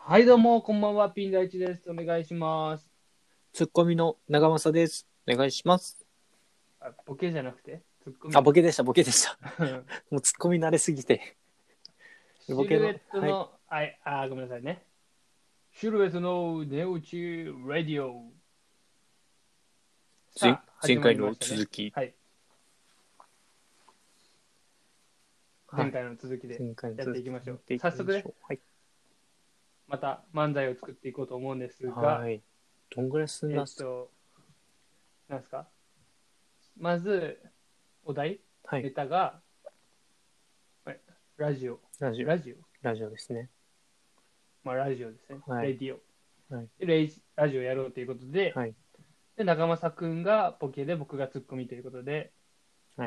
はい、どうも、こんばんは、ピン大地です。お願いします。 ツッコミの長政です。お願いします。 ボケじゃなくて、ツッコあ、 ミ。 ボケでした、ボケでした。もうツッコミ慣れすぎて。ボケの、 シルエットはい。 の、ごめんなさいね。シルエットの寝落ちラディオ。さあ、始まりま前回のしたね。 続き。 はい、 はい。 前回の続きで前回のやって続いきましょう。 きやっていき早速ね、 ましょう。はい。 また漫才を作っていこうと思うんですが、 はい。どんぐらい進んだっすか？ なんですか。まず、お題、 はい。 ネタが、はい、ラジオ。 ラジオ。 ラジオラジオですね。 まあ、ラジオですね。 はい。 レディオ。 はい。 でラジオやろうということで、 はい。 で、長政くんがボケで僕がツッコミということで、 はい。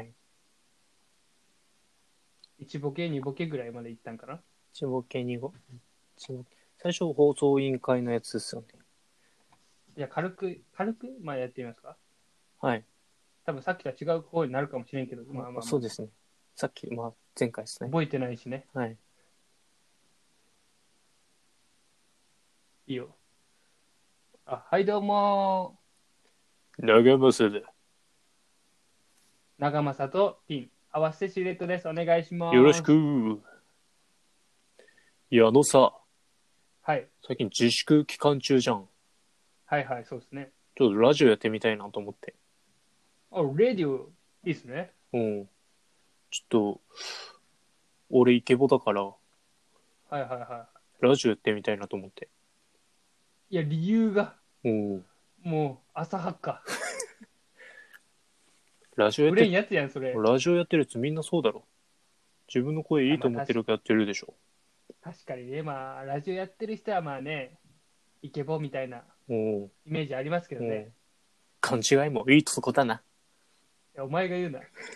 1ボケ、2ボケぐらいまでいったんかな。 一ボケ二語。一ボケ最初放送委員会のやつですよね。 じゃあ軽く、まあやってみますか。 はい。 多分さっきとは違う方になるかもしれんけど、まあまあまあ、 そうですね。さっき、前回ですね。 覚えてないしね。 はい。 いいよ。はい、どうも長政だ。 長政とピン、合わせてシルエットです。お願いしよろします。 く。いや、さ、 はい。 最近自粛期間中じゃん。 はいはい、そうですね。 ちょっとラジオやってみたいなと思って。 レディオ、いいっすね。 うん。ちょっと、俺イケボだから、 はいはいはラジオやってみたいなと思って。 い。いや、理由が、 うん。 もう、浅はか。 ラジオやって、 ブレんやつやん、それ。 ラジオやってるやつみんなそうだろ。自分の声いいとまあ、 思ってるからやってるでしょ。 確かにね、まあ、ラジオやってる人はまあね、イケボみたいなうん。 イメージありますけどね。 うん。勘違いもいいとこだな。 いやお前が言うな。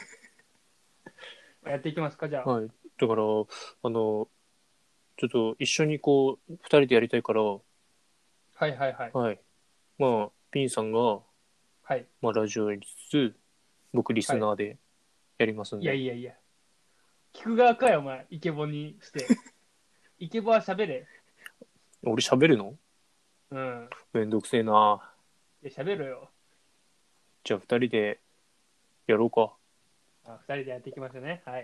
やっていきますか、じゃあ。 はい。だから、ちょっと一緒に二人でやりたいから、 はいはいはい。 はい。ピンさんが、 はい。 ラジオやりつつ、僕リスはい。 ナーでやりますんいやで。 いやいや。聞く側かよ、お前。イケボにして。イケボは喋れ。 俺喋るの？ うん。 めんどくせえな。 いや、喋るよ。 じゃあ二人でやろうか。 二人でやっていきましょうね。はい。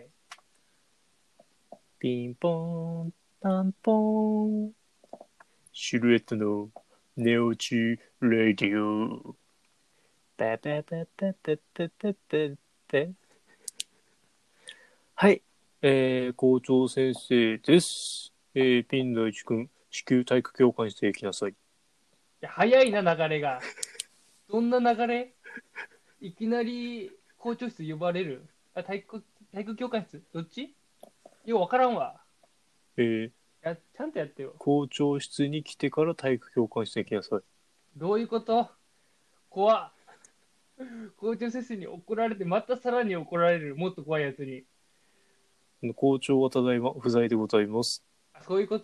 ピンポーン、タンポーン。シルエットの寝落ちレディオ。ペペペペペペペペペ。はい。校長先生です。ピン大地君、至急体育教官室へ行きなさい。 いや、早いな、流れが。どんな流れ？いきなり校長室呼ばれる？体育教科室どっち？ようわからんわ。 えーちゃんとやってよ。 校長室に来てから体育教官室へ行きなさい。 どういうこと？怖っ。校長先生に怒られて、またさらに怒られる。もっと怖いやつに。 校長はただいま不在でございます。 そういうこと？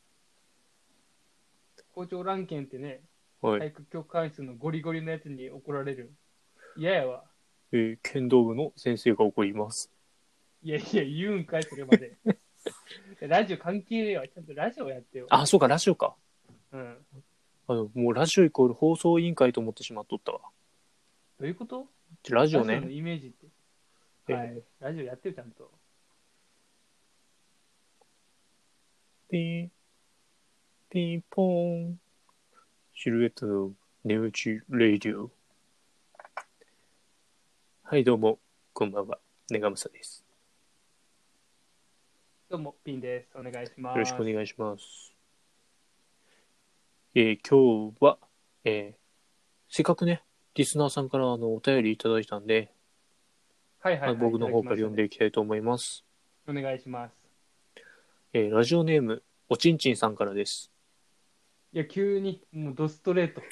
校長ランケンってね、 はい。 体育教官室のゴリゴリのやつに怒られる。嫌やわ。 剣道部の先生が怒ります。 いやいや、言うんかい、それまで。ラジオ関係ねえわ。ちゃんとラジオやってよ。 あ、そうか、ラジオか。 うん。 もうラジオイコール放送委員会と思ってしまっとったわ。 どういうこと？ ラジオね。 ラジオのイメージって。はい。 えーラジオやってよ、ちゃんと。 ピン、ピンポーン。シルエットの寝打ちレディオ。はい、どうも、こんばんは。ネガムサです。 どうも、ピンです。お願いしよろしくます。 お願いします。今日は、せっかくね、リスナーさんからお便りいただいたんで、 はいはいはい、いただ僕の方からきましたね。 読んでいきたいと思います。 お願いします。 ラジオネーム、おちんちんさんからです。 いや、急に、もうドストレート。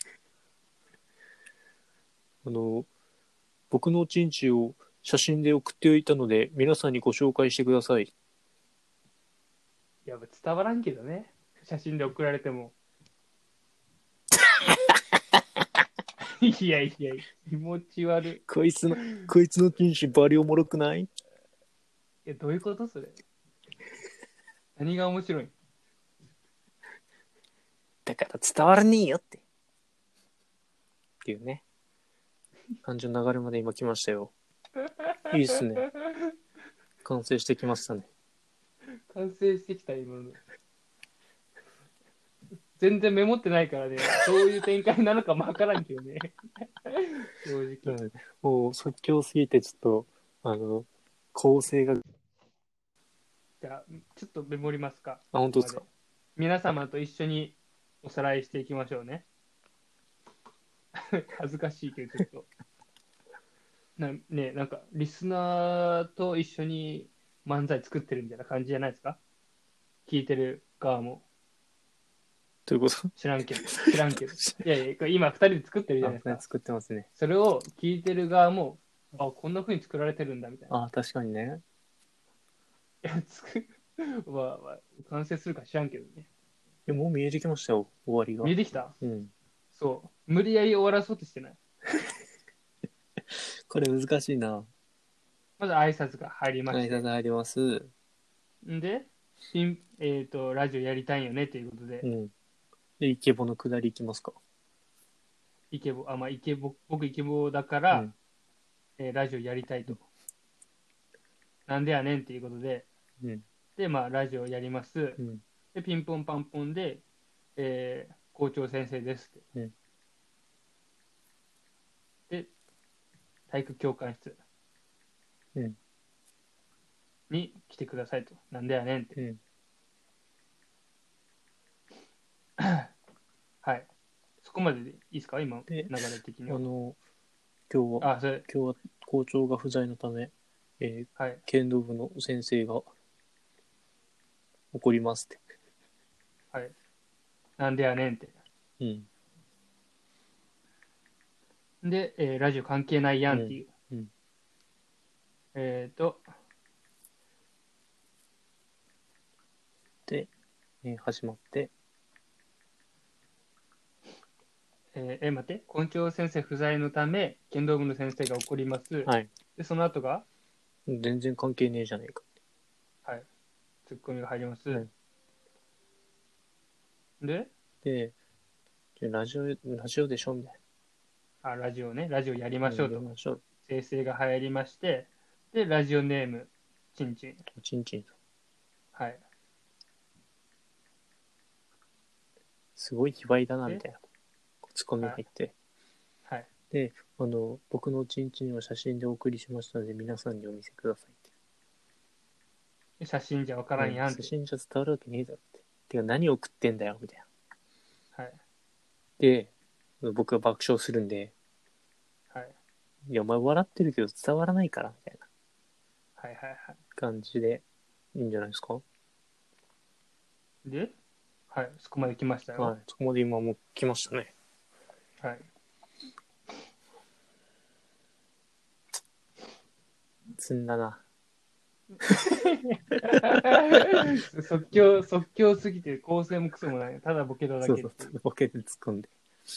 あの、僕のおちんちんを写真で送っておいたので、皆さんにご紹介してください。 いや、伝わらんけどね。写真で送られても。いやいや、気持ち悪い。 こいつのちんちんバリおもろくない？ どういうことそれ？何が面白い？ だから伝わらねえよっていうね感じの流れまで今来ましたよ。いいっすね。完成してきましたね。 完成してきた今の。全然メモってないからね、どういう展開なのかもわからんけどね。正直。 もう即興すぎてちょっと構成が。 じゃあ、ちょっとメモりますか。 あ、本当ですか。 皆様と一緒におさらいしていきましょうね。恥ずかしいけど、ちょっと。なんか、リスナーと一緒に漫才作ってるみたいな感じじゃないですか。聞いてる側も。 ということ。 知らんけど。知らんけど。いやいや、今二人で作ってるじゃないですか。 作ってますね。 それを聞いてる側も、あ、こんな風に作られてるんだみたいな。 あ、確かにね。 いや、完成するか知らんけどね。 もう見えてきましたよ、終わりが。 見えてきた？ うん。 そう。無理やり終わらそうとしてない。 これ難しいな。 まず挨拶が入りまして。 挨拶入ります。 んで、ラジオやりたいよねということで、 うん。で、イケボの下りいきますか。 僕イケボだから、 うんラジオやりたいと。なんでやねんっていうことで、 うん。 で、まあ、ラジオやります。 うん。 で、ピンポンパンポンで、校長先生ですって。 うんで、体育教官室うんに来てくださいと。なんでやねんって。 うん。 はい。そこまででいいですか今、 で流れ的には。 今日はそれ、 校長が不在のため、 はい。 剣道部の先生が怒りますって。 はい。なんでやねんって。 うん。 で、ラジオ関係ないやんっていう。 うん。で、始まって、 待って。校長先生不在のため、剣道部の先生が怒ります。 はい。 で、その後が、 全然関係ねえじゃねえか。 はい。ツッコミが入ります。 はいで、 で、ラジオでしょみたいラジオね、ラジオやりな。 ましょうと。 やりましょう。 訂正が入りまして、で、ラジオネーム、ちんちん。 ちんちんと。 はい。 すごい卑猥だな、 でみたいな。ツッコミが入って。 はい。 で、僕のちんちんを写真でお送りしましたので、皆さんにお見せくださいって。 で写真じゃわからんやんって。 写真じゃ伝わるわけねえだろって。てか、何送ってんだよ、みたいな。 はい。 で、僕が爆笑するんで、 はい。 いや、お前笑ってるけど伝わらないから、みたいなはいはいはい。 感じでいいんじゃないですか。 で、はい。そこまで来ましたよ。 はい。そこまで今もう来ましたね。 はい。 積んだな。 即興すぎて構成もクソもない。ただボケただけっていう。 そうそう。ボケで突っ込んで。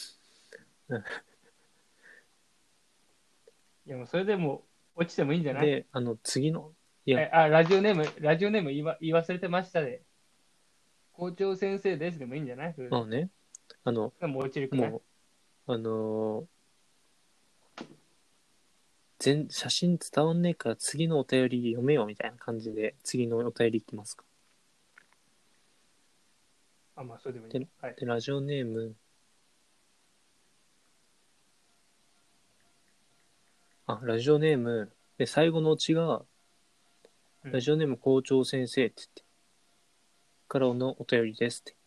いやもうそれでも落ちてもいいんじゃない？ で、次の、いや、 ラジオネーム言い忘れてましたで。校長先生ですでもいいんじゃない？それでまあね、あの、 でも落ちるくない？ もう、写真伝わんねえから次のお便り読めよみたいな感じで、次のお便りいきますか。 まあ、それでもいい。 で、 はい。 ラジオネーム、ラジオネーム、で、最後のオチが、ラジオネーム校長先生って言って、からのお便りですって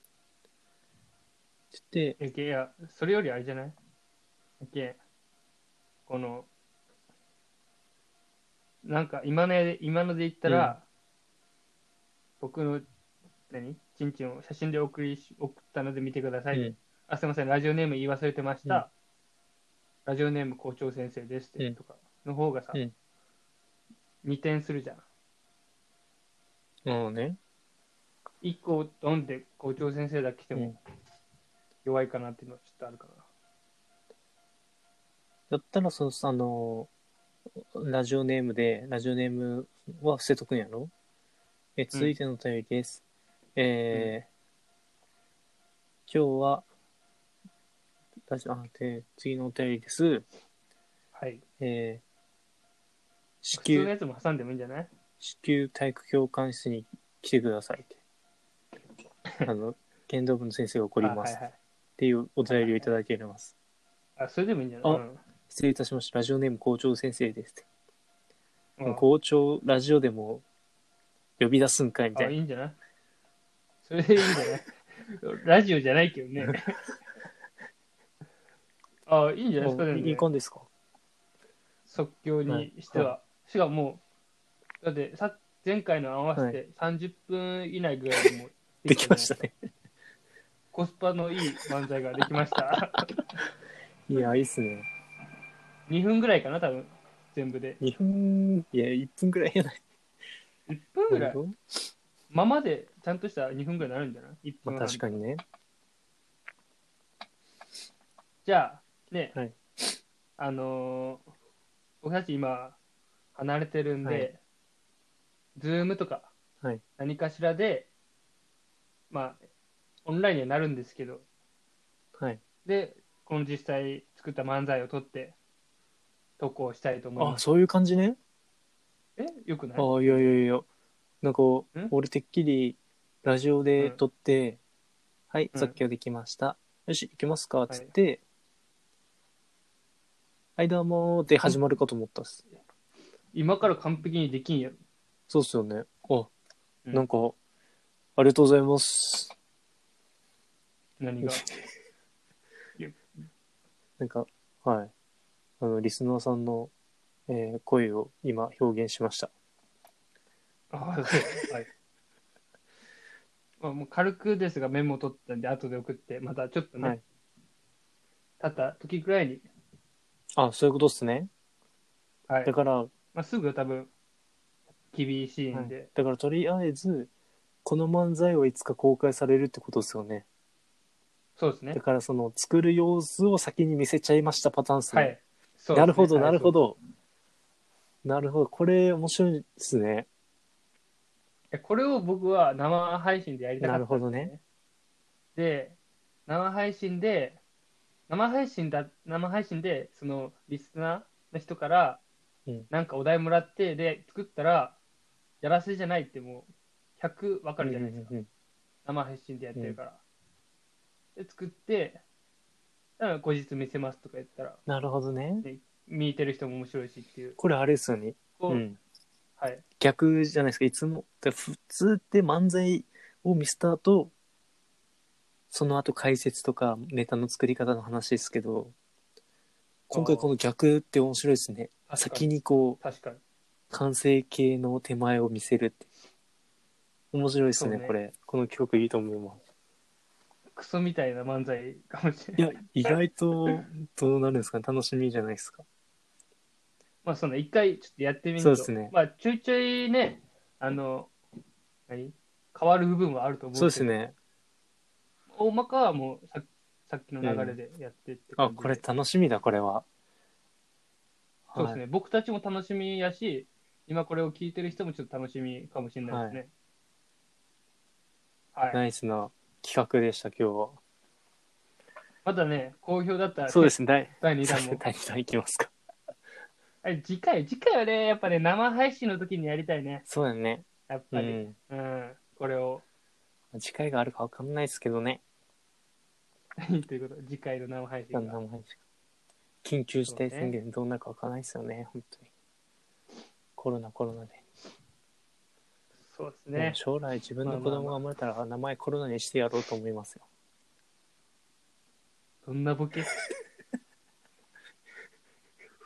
言って、 いや、それよりあれじゃない？この、なんか今ので言ったら、僕の、ちんちんを写真で送ったので見てくださいで。すいません、ラジオネーム言い忘れてました。ラジオネーム校長先生ですって、とかの方がさ、2点するじゃん。 ね。 1個ドンで校長先生だけ来ても弱いかなっていうのはちょっとあるかな。 だったら、ラジオネームは伏せとくんやろ。続いてのお便りです。 今日は、次のお便りです。 はい。 至普通の急、 やつも挟んでもいいんじゃない？ 至急体育教官室に来てくださいって。剣道部の先生が怒ります。 はいはい。 っていうお便りをいただいています。 それでもいいんじゃない？ 失礼いたしました。ラジオネーム校長先生です。 うん。 校長、ラジオでも呼び出すんかいみたいな。 いいんじゃない？それでいいんじゃない？ラジオじゃないけどね。いいんじゃないですかね。 いい感じですか？ 即興にしては。しかももう、だって前回の合わせて30分以内ぐらいでもうできましたね。 コスパのいい漫才ができました。 いや、いいっすね。 2分ぐらいかな、多分。全部で。 2分、いや、1分ぐらいやない。 1分ぐらい。ままでちゃんとした2分ぐらいになるんじゃない？ 1 分半。 確かにね。 じゃあ、ね、 はい、 僕たち今、離れてるんで、ズームとか、何かしらで、まあ、オンラインにはなるんですけど、で、この実際作った漫才を撮って、投稿したいと思います。 そういう感じね。 よくない？ いやいやいや。なんか、俺てっきりラジオで撮って、はい、さっきはできました。よし、行きますか、つって、はい、どうもーって始まるかと思ったっす。 今から完璧にできんやろ。 そうっすよね。なんか、ありがとうございます。 何が？ なんか、はい。リスナーさんの、声を今表現しました。 はい。もう軽くですがメモ取ったんで、後で送って、またちょっとね、経った時くらいに。 そういうことっすね。だから、 すぐ多分、厳しいんで。 だからとりあえず、この漫才はいつか公開されるってことですよね。 そうですね。 だからその作る様子を先に見せちゃいましたパターンですね。なるほど、なるほど。なるほど。これ面白いですね。 これを僕は生配信でやりたかったんですね。 なるほどね。 で、生配信で、そのリスナーの人から、なんかお題もらって、で、作ったら、やらせじゃないってもう、100わかるじゃないですか。生配信でやってるから。で、作って、後日見せますとか言ったら、 なるほどね。 見てる人も面白いしっていう。 これあれですよね。 はい。 逆じゃないですか。いつも、普通って漫才を見せた後、その後解説とかネタの作り方の話ですけど、今回この逆って面白いですね。先にこう、完成形の手前を見せるって。面白いですね、これ。この企画いいと思います。 クソみたいな漫才かもしれない。 いや、意外とどうなるんですかね。楽しみじゃないですか。 一回ちょっとやってみると。 そうですね。 ちょいちょいね、変わる部分はあると思うけど。 そうですね。 大まかはもうさっきの流れでやってって感じで。 これ楽しみだ、これは。 そうですね。僕たちも楽しみやし、今これを聞いてる人もちょっと楽しみかもしれないですね。 ナイスな企画でした、今日は。 まだね、好評だったら、ね、 そうですね。 第2弾も。 第2弾いきますか。 次回はね、やっぱね、生配信の時にやりたいね。 そうだね。 やっぱり。これを。 次回があるか分かんないですけどね。 ということ、次回の生配信が。 緊急事態宣言どうなるか分からないですよね、本当に。コロナで。 そうですね。 将来自分の子供が生まれたら名前コロナにしてやろうと思いますよ。 どんなボケ